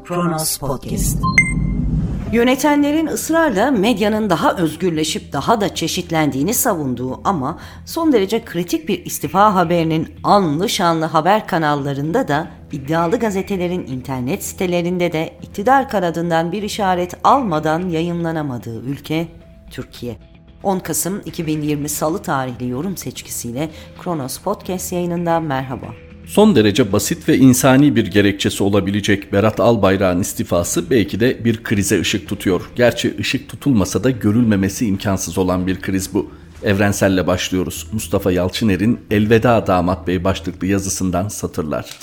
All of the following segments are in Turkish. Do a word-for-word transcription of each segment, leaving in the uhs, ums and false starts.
Kronos Podcast. Yönetenlerin ısrarla medyanın daha özgürleşip daha da çeşitlendiğini savunduğu ama son derece kritik bir istifa haberinin anlı şanlı haber kanallarında da iddialı gazetelerin internet sitelerinde de iktidar kanadından bir işaret almadan yayımlanamadığı ülke Türkiye. on Kasım iki bin yirmi Salı tarihli yorum seçkisiyle Kronos Podcast yayınından merhaba. Son derece basit ve insani bir gerekçesi olabilecek Berat Albayrak'ın istifası belki de bir krize ışık tutuyor. Gerçi ışık tutulmasa da görülmemesi imkansız olan bir kriz bu. Evrenselle başlıyoruz. Mustafa Yalçıner'in Elveda Damat Bey başlıklı yazısından satırlar.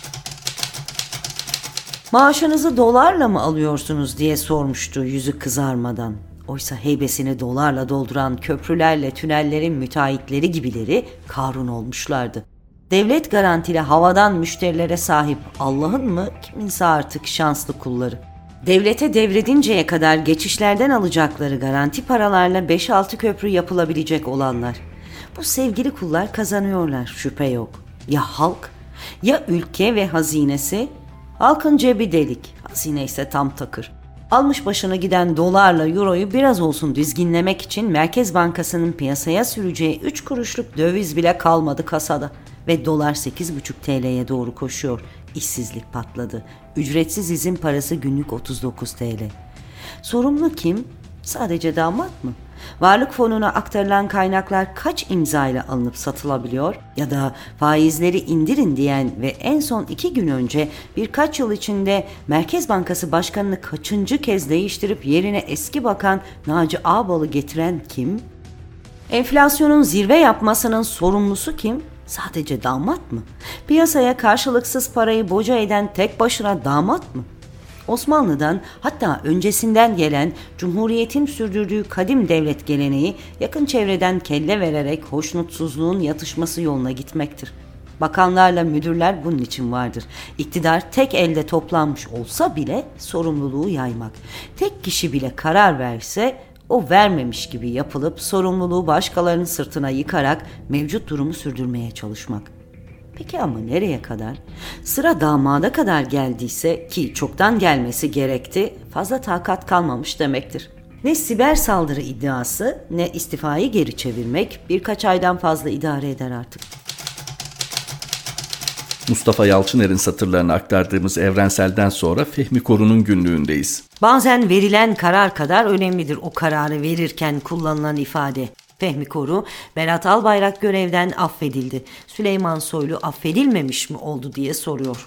Maaşınızı dolarla mı alıyorsunuz diye sormuştu yüzü kızarmadan. Oysa heybesini dolarla dolduran köprülerle tünellerin müteahhitleri gibileri Karun olmuşlardı. Devlet garantili havadan müşterilere sahip Allah'ın mı kiminse artık şanslı kulları. Devlete devredinceye kadar geçişlerden alacakları garanti paralarla beş altı köprü yapılabilecek olanlar. Bu sevgili kullar kazanıyorlar, şüphe yok. Ya halk? Ya ülke ve hazinesi? Halkın cebi delik, hazine ise tam takır. Almış başına giden dolarla euroyu biraz olsun dizginlemek için Merkez Bankası'nın piyasaya süreceği üç kuruşluk döviz bile kalmadı kasada. Ve dolar sekiz buçuk T L'ye doğru koşuyor. İşsizlik patladı. Ücretsiz izin parası günlük otuz dokuz T L. Sorumlu kim? Sadece damat mı? Varlık fonuna aktarılan kaynaklar kaç imzayla alınıp satılabiliyor? Ya da faizleri indirin diyen ve en son iki gün önce birkaç yıl içinde Merkez Bankası Başkanı'nı kaçıncı kez değiştirip yerine eski bakan Naci Ağbal'ı getiren kim? Enflasyonun zirve yapmasının sorumlusu kim? Sadece damat mı? Piyasaya karşılıksız parayı boca eden tek başına damat mı? Osmanlı'dan, hatta öncesinden gelen Cumhuriyet'in sürdürdüğü kadim devlet geleneği yakın çevreden kelle vererek hoşnutsuzluğun yatışması yoluna gitmektir. Bakanlarla müdürler bunun için vardır. İktidar tek elde toplanmış olsa bile sorumluluğu yaymak. Tek kişi bile karar verse o vermemiş gibi yapılıp sorumluluğu başkalarının sırtına yıkarak mevcut durumu sürdürmeye çalışmak. Peki ama nereye kadar? Sıra damada kadar geldiyse, ki çoktan gelmesi gerekti, fazla takat kalmamış demektir. Ne siber saldırı iddiası ne istifayı geri çevirmek birkaç aydan fazla idare eder artık. Mustafa Yalçıner'in satırlarını aktardığımız Evrensel'den sonra Fehmi Koru'nun günlüğündeyiz. Bazen verilen karar kadar önemlidir o kararı verirken kullanılan ifade. Fehmi Koru, Berat Albayrak görevden affedildi. Süleyman Soylu affedilmemiş mi oldu diye soruyor.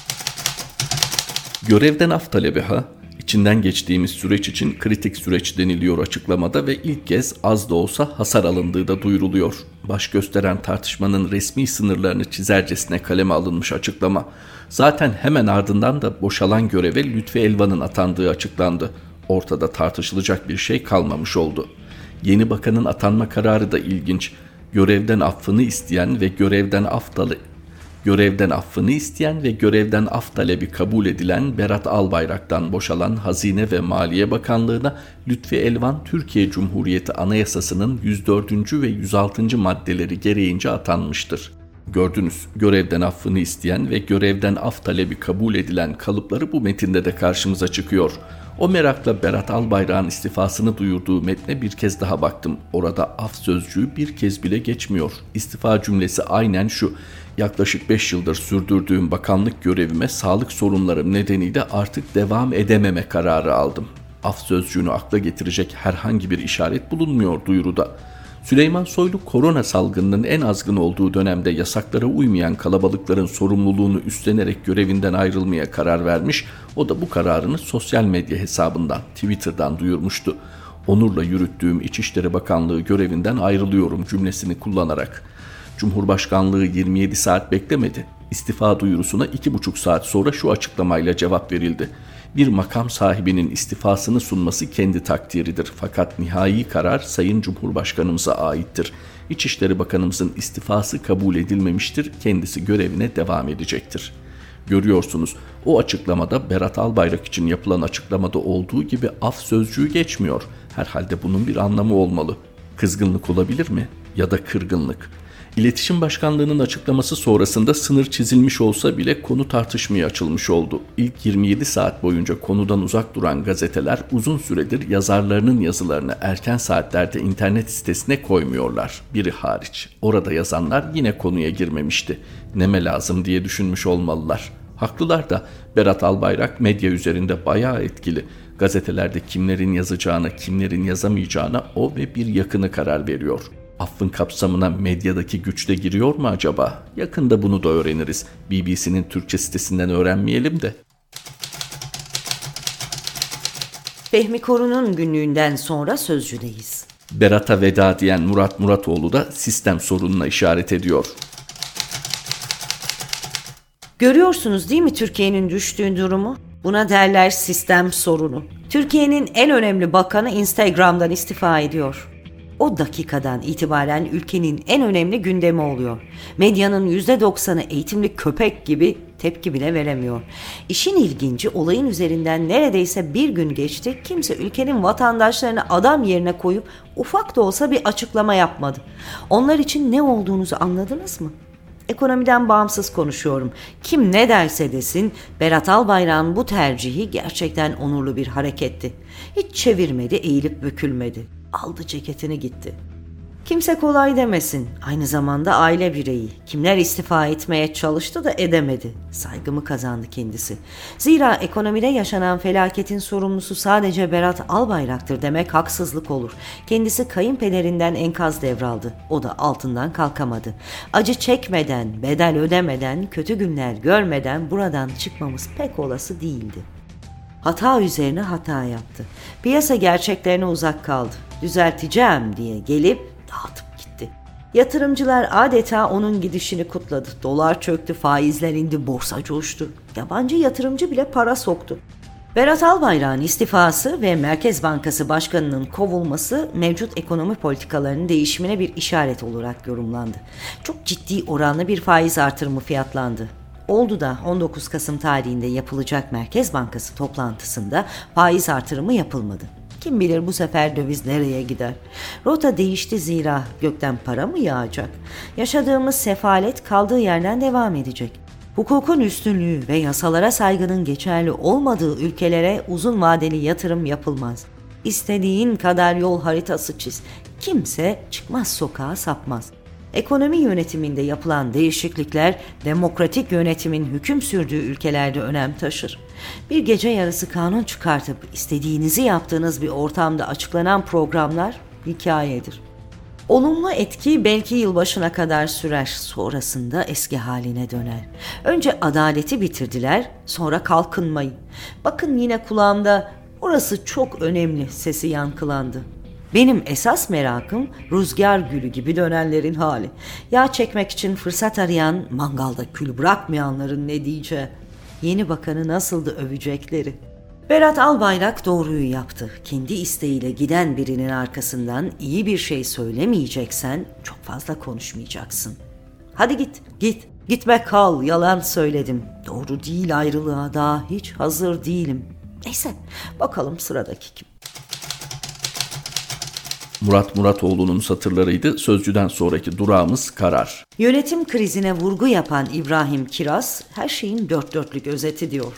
Görevden af talebi ha? İçinden geçtiğimiz süreç için kritik süreç deniliyor açıklamada ve ilk kez az da olsa hasar alındığı da duyuruluyor. Baş gösteren tartışmanın resmi sınırlarını çizercesine kaleme alınmış açıklama. Zaten hemen ardından da boşalan göreve Lütfi Elvan'ın atandığı açıklandı. Ortada tartışılacak bir şey kalmamış oldu. Yeni bakanın atanma kararı da ilginç. Görevden affını isteyen ve görevden af talebi Görevden affını isteyen ve görevden af talebi kabul edilen Berat Albayrak'tan boşalan Hazine ve Maliye Bakanlığı'na Lütfi Elvan Türkiye Cumhuriyeti Anayasası'nın yüz dördüncü ve yüz altıncı maddeleri gereğince atanmıştır. Gördünüz, görevden affını isteyen ve görevden af talebi kabul edilen kalıpları bu metinde de karşımıza çıkıyor. O merakla Berat Albayrak'ın istifasını duyurduğu metne bir kez daha baktım. Orada af sözcüğü bir kez bile geçmiyor. İstifa cümlesi aynen şu: yaklaşık beş yıldır sürdürdüğüm bakanlık görevime sağlık sorunlarım nedeniyle artık devam edememe kararı aldım. Af sözcüğünü akla getirecek herhangi bir işaret bulunmuyor duyuruda. Süleyman Soylu korona salgınının en azgın olduğu dönemde yasaklara uymayan kalabalıkların sorumluluğunu üstlenerek görevinden ayrılmaya karar vermiş. O da bu kararını sosyal medya hesabından, Twitter'dan duyurmuştu. Onurla yürüttüğüm İçişleri Bakanlığı görevinden ayrılıyorum cümlesini kullanarak. Cumhurbaşkanlığı yirmi yedi saat beklemedi. İstifa duyurusuna iki buçuk saat sonra şu açıklamayla cevap verildi. Bir makam sahibinin istifasını sunması kendi takdiridir. Fakat nihai karar Sayın Cumhurbaşkanımıza aittir. İçişleri Bakanımızın istifası kabul edilmemiştir. Kendisi görevine devam edecektir. Görüyorsunuz, o açıklamada Berat Albayrak için yapılan açıklamada olduğu gibi af sözcüğü geçmiyor. Herhalde bunun bir anlamı olmalı. Kızgınlık olabilir mi? Ya da kırgınlık. İletişim Başkanlığı'nın açıklaması sonrasında sınır çizilmiş olsa bile konu tartışmaya açılmış oldu. İlk yirmi yedi saat boyunca konudan uzak duran gazeteler uzun süredir yazarlarının yazılarını erken saatlerde internet sitesine koymuyorlar. Biri hariç. Orada yazanlar yine konuya girmemişti. Neme lazım diye düşünmüş olmalılar. Haklılar da. Berat Albayrak medya üzerinde bayağı etkili. Gazetelerde kimlerin yazacağına, kimlerin yazamayacağına o ve bir yakını karar veriyor. Affın kapsamına medyadaki güç de giriyor mu acaba? Yakında bunu da öğreniriz. B B C'nin Türkçe sitesinden öğrenmeyelim de. Fehmi Korun'un günlüğünden sonra Sözcü'deyiz. Berat'a veda diyen Murat Muratoğlu da sistem sorununa işaret ediyor. Görüyorsunuz değil mi Türkiye'nin düştüğü durumu? Buna derler sistem sorunu. Türkiye'nin en önemli bakanı Instagram'dan istifa ediyor. O dakikadan itibaren ülkenin en önemli gündemi oluyor. Medyanın yüzde doksanı eğitimli köpek gibi tepki bile veremiyor. İşin ilginci olayın üzerinden neredeyse bir gün geçti. Kimse ülkenin vatandaşlarını adam yerine koyup ufak da olsa bir açıklama yapmadı. Onlar için ne olduğunuzu anladınız mı? Ekonomiden bağımsız konuşuyorum. Kim ne derse desin Berat Albayrak'ın bu tercihi gerçekten onurlu bir hareketti. Hiç çevirmedi, eğilip bükülmedi. Aldı ceketini gitti. Kimse kolay demesin. Aynı zamanda aile bireyi. Kimler istifa etmeye çalıştı da edemedi. Saygımı kazandı kendisi. Zira ekonomide yaşanan felaketin sorumlusu sadece Berat Albayrak'tır demek haksızlık olur. Kendisi kayınpederinden enkaz devraldı. O da altından kalkamadı. Acı çekmeden, bedel ödemeden, kötü günler görmeden buradan çıkmamız pek olası değildi. Hata üzerine hata yaptı. Piyasa gerçeklerine uzak kaldı. Düzelteceğim diye gelip dağıtıp gitti. Yatırımcılar adeta onun gidişini kutladı. Dolar çöktü, faizler indi, borsa coştu. Yabancı yatırımcı bile para soktu. Berat Albayrak'ın istifası ve Merkez Bankası Başkanı'nın kovulması mevcut ekonomi politikalarının değişimine bir işaret olarak yorumlandı. Çok ciddi oranlı bir faiz artırımı fiyatlandı. Oldu da on dokuz Kasım tarihinde yapılacak Merkez Bankası toplantısında faiz artırımı yapılmadı. Kim bilir bu sefer döviz nereye gider? Rota değişti zira gökten para mı yağacak? Yaşadığımız sefalet kaldığı yerden devam edecek. Hukukun üstünlüğü ve yasalara saygının geçerli olmadığı ülkelere uzun vadeli yatırım yapılmaz. İstediğin kadar yol haritası çiz. Kimse çıkmaz sokağa sapmaz. Ekonomi yönetiminde yapılan değişiklikler demokratik yönetimin hüküm sürdüğü ülkelerde önem taşır. Bir gece yarısı kanun çıkartıp istediğinizi yaptığınız bir ortamda açıklanan programlar hikayedir. Olumlu etki belki yılbaşına kadar sürer, sonrasında eski haline döner. Önce adaleti bitirdiler, sonra kalkınmayı. Bakın yine kulağımda orası çok önemli sesi yankılandı. Benim esas merakım rüzgar gülü gibi dönenlerin hali. Yağ çekmek için fırsat arayan, mangalda kül bırakmayanların ne diyeceği. Yeni bakanı nasıl da övecekleri. Berat Albayrak doğruyu yaptı. Kendi isteğiyle giden birinin arkasından iyi bir şey söylemeyeceksen çok fazla konuşmayacaksın. Hadi git, git. Gitme kal, yalan söyledim. Doğru değil, ayrılığa daha hiç hazır değilim. Neyse, bakalım sıradaki kim? Murat Muratoğlu'nun satırlarıydı. Sözcüden sonraki durağımız Karar. Yönetim krizine vurgu yapan İbrahim Kiraz her şeyin dört dörtlük özeti diyor.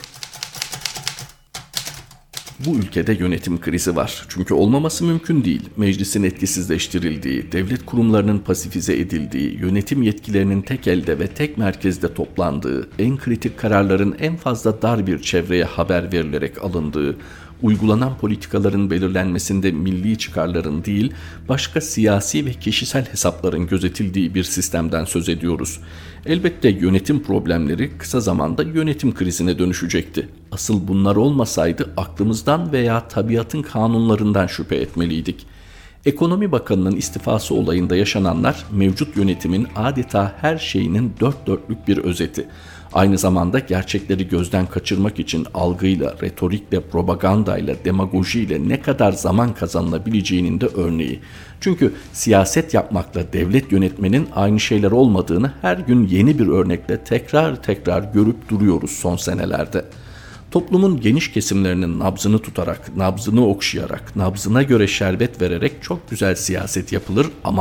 Bu ülkede yönetim krizi var. Çünkü olmaması mümkün değil. Meclisin etkisizleştirildiği, devlet kurumlarının pasifize edildiği, yönetim yetkilerinin tek elde ve tek merkezde toplandığı, en kritik kararların en fazla dar bir çevreye haber verilerek alındığı, uygulanan politikaların belirlenmesinde milli çıkarların değil, başka siyasi ve kişisel hesapların gözetildiği bir sistemden söz ediyoruz. Elbette yönetim problemleri kısa zamanda yönetim krizine dönüşecekti. Asıl bunlar olmasaydı aklımızdan veya tabiatın kanunlarından şüphe etmeliydik. Ekonomi Bakanı'nın istifası olayında yaşananlar mevcut yönetimin adeta her şeyinin dört dörtlük bir özeti. Aynı zamanda gerçekleri gözden kaçırmak için algıyla, retorikle, propagandayla, demagojiyle ne kadar zaman kazanılabileceğinin de örneği. Çünkü siyaset yapmakla devlet yönetmenin aynı şeyler olmadığını her gün yeni bir örnekle tekrar tekrar görüp duruyoruz son senelerde. Toplumun geniş kesimlerinin nabzını tutarak, nabzını okşayarak, nabzına göre şerbet vererek çok güzel siyaset yapılır ama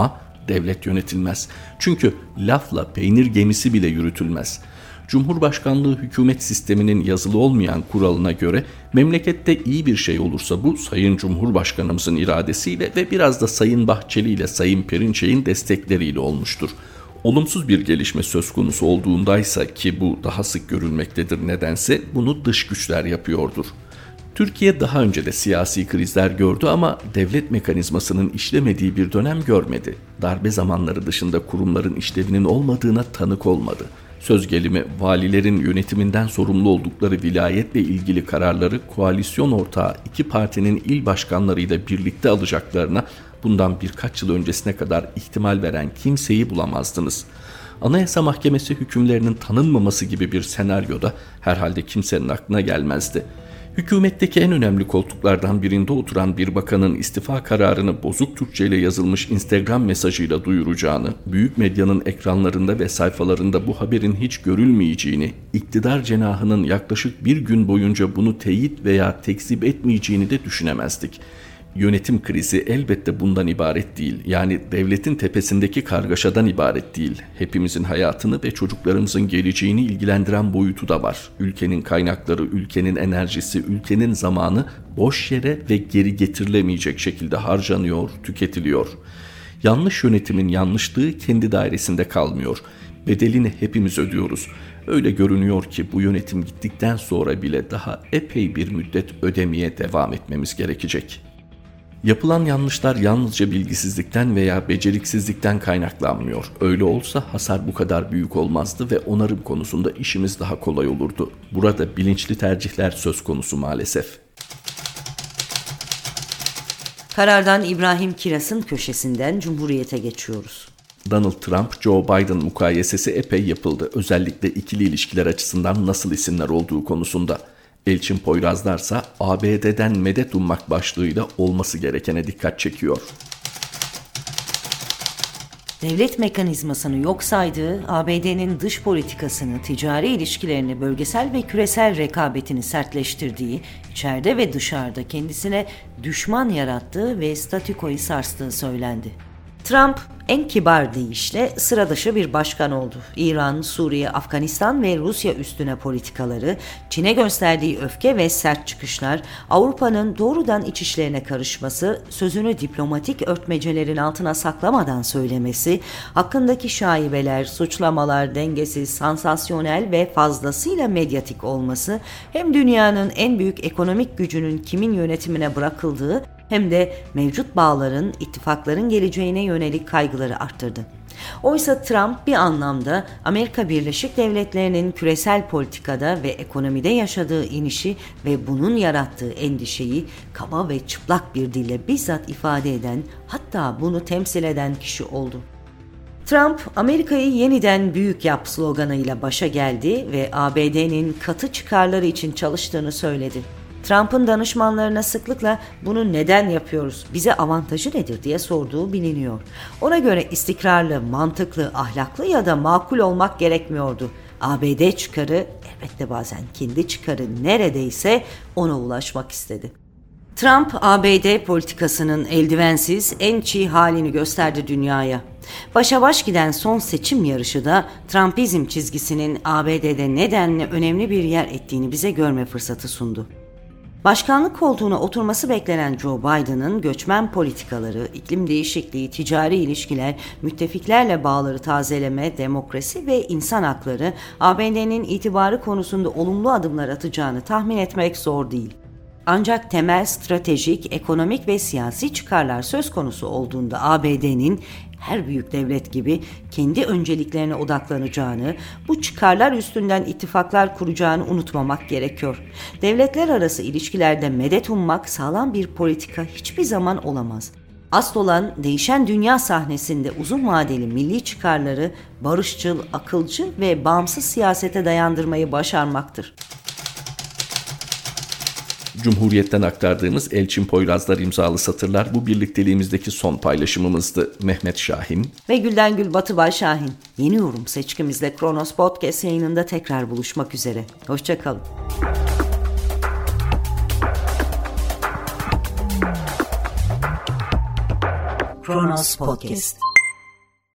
devlet yönetilmez. Çünkü lafla peynir gemisi bile yürütülmez. Cumhurbaşkanlığı hükümet sisteminin yazılı olmayan kuralına göre memlekette iyi bir şey olursa bu Sayın Cumhurbaşkanımızın iradesiyle ve biraz da Sayın Bahçeli ile Sayın Perinçek'in destekleriyle olmuştur. Olumsuz bir gelişme söz konusu olduğundaysa, ki bu daha sık görülmektedir nedense, bunu dış güçler yapıyordur. Türkiye daha önce de siyasi krizler gördü ama devlet mekanizmasının işlemediği bir dönem görmedi. Darbe zamanları dışında kurumların işlevinin olmadığına tanık olmadı. Söz gelimi valilerin yönetiminden sorumlu oldukları vilayetle ilgili kararları koalisyon ortağı iki partinin il başkanlarıyla birlikte alacaklarına bundan birkaç yıl öncesine kadar ihtimal veren kimseyi bulamazdınız. Anayasa Mahkemesi hükümlerinin tanınmaması gibi bir senaryoda herhalde kimsenin aklına gelmezdi. Hükümetteki en önemli koltuklardan birinde oturan bir bakanın istifa kararını bozuk Türkçe ile yazılmış Instagram mesajıyla duyuracağını, büyük medyanın ekranlarında ve sayfalarında bu haberin hiç görülmeyeceğini, iktidar cenahının yaklaşık bir gün boyunca bunu teyit veya tekzip etmeyeceğini de düşünemezdik. Yönetim krizi elbette bundan ibaret değil. Yani devletin tepesindeki kargaşadan ibaret değil. Hepimizin hayatını ve çocuklarımızın geleceğini ilgilendiren boyutu da var. Ülkenin kaynakları, ülkenin enerjisi, ülkenin zamanı boş yere ve geri getirilemeyecek şekilde harcanıyor, tüketiliyor. Yanlış yönetimin yanlışlığı kendi dairesinde kalmıyor. Bedelini hepimiz ödüyoruz. Öyle görünüyor ki bu yönetim gittikten sonra bile daha epey bir müddet ödemeye devam etmemiz gerekecek. Yapılan yanlışlar yalnızca bilgisizlikten veya beceriksizlikten kaynaklanmıyor. Öyle olsa hasar bu kadar büyük olmazdı ve onarım konusunda işimiz daha kolay olurdu. Burada bilinçli tercihler söz konusu maalesef. Karardan İbrahim Kiras'ın köşesinden Cumhuriyet'e geçiyoruz. Donald Trump, Joe Biden mukayesesi epey yapıldı. Özellikle ikili ilişkiler açısından nasıl isimler olduğu konusunda. Elçin Poyrazlarsa A B D'den medet ummak başlığıyla olması gerekene dikkat çekiyor. Devlet mekanizmasını yok saydığı, A B D'nin dış politikasını, ticari ilişkilerini, bölgesel ve küresel rekabetini sertleştirdiği, içeride ve dışarıda kendisine düşman yarattığı ve statükoyu sarstığı söylendi. Trump en kibar deyişle sıra dışı bir başkan oldu. İran, Suriye, Afganistan ve Rusya üstüne politikaları, Çin'e gösterdiği öfke ve sert çıkışlar, Avrupa'nın doğrudan iç işlerine karışması, sözünü diplomatik örtmecelerin altına saklamadan söylemesi, hakkındaki şaibeler, suçlamalar dengesiz, sansasyonel ve fazlasıyla medyatik olması, hem dünyanın en büyük ekonomik gücünün kimin yönetimine bırakıldığı hem de mevcut bağların, ittifakların geleceğine yönelik kaygıları arttırdı. Oysa Trump bir anlamda Amerika Birleşik Devletleri'nin küresel politikada ve ekonomide yaşadığı inişi ve bunun yarattığı endişeyi kaba ve çıplak bir dille bizzat ifade eden, hatta bunu temsil eden kişi oldu. Trump, Amerika'yı yeniden büyük yap sloganıyla başa geldi ve A B D'nin katı çıkarları için çalıştığını söyledi. Trump'ın danışmanlarına sıklıkla bunu neden yapıyoruz, bize avantajı nedir diye sorduğu biliniyor. Ona göre istikrarlı, mantıklı, ahlaklı ya da makul olmak gerekmiyordu. A B D çıkarı, elbette bazen kendi çıkarı neredeyse ona ulaşmak istedi. Trump, A B D politikasının eldivensiz, en çiğ halini gösterdi dünyaya. Başa baş giden son seçim yarışı da Trumpizm çizgisinin A B D'de nedenli önemli bir yer ettiğini bize görme fırsatı sundu. Başkanlık koltuğuna oturması beklenen Joe Biden'ın göçmen politikaları, iklim değişikliği, ticari ilişkiler, müttefiklerle bağları tazeleme, demokrasi ve insan hakları A B D'nin itibarı konusunda olumlu adımlar atacağını tahmin etmek zor değil. Ancak temel stratejik, ekonomik ve siyasi çıkarlar söz konusu olduğunda A B D'nin her büyük devlet gibi kendi önceliklerine odaklanacağını, bu çıkarlar üstünden ittifaklar kuracağını unutmamak gerekiyor. Devletler arası ilişkilerde medet ummak sağlam bir politika hiçbir zaman olamaz. Asıl olan değişen dünya sahnesinde uzun vadeli milli çıkarları barışçıl, akılcı ve bağımsız siyasete dayandırmayı başarmaktır. Cumhuriyet'ten aktardığımız Elçin Poyrazlar imzalı satırlar bu birlikteliğimizdeki son paylaşımımızdı. Mehmet Şahin ve Gülden Gül Batıbay Şahin. Yeni yorum seçkimizle Kronos Podcast yayınında tekrar buluşmak üzere. Hoşçakalın. Kronos Podcast.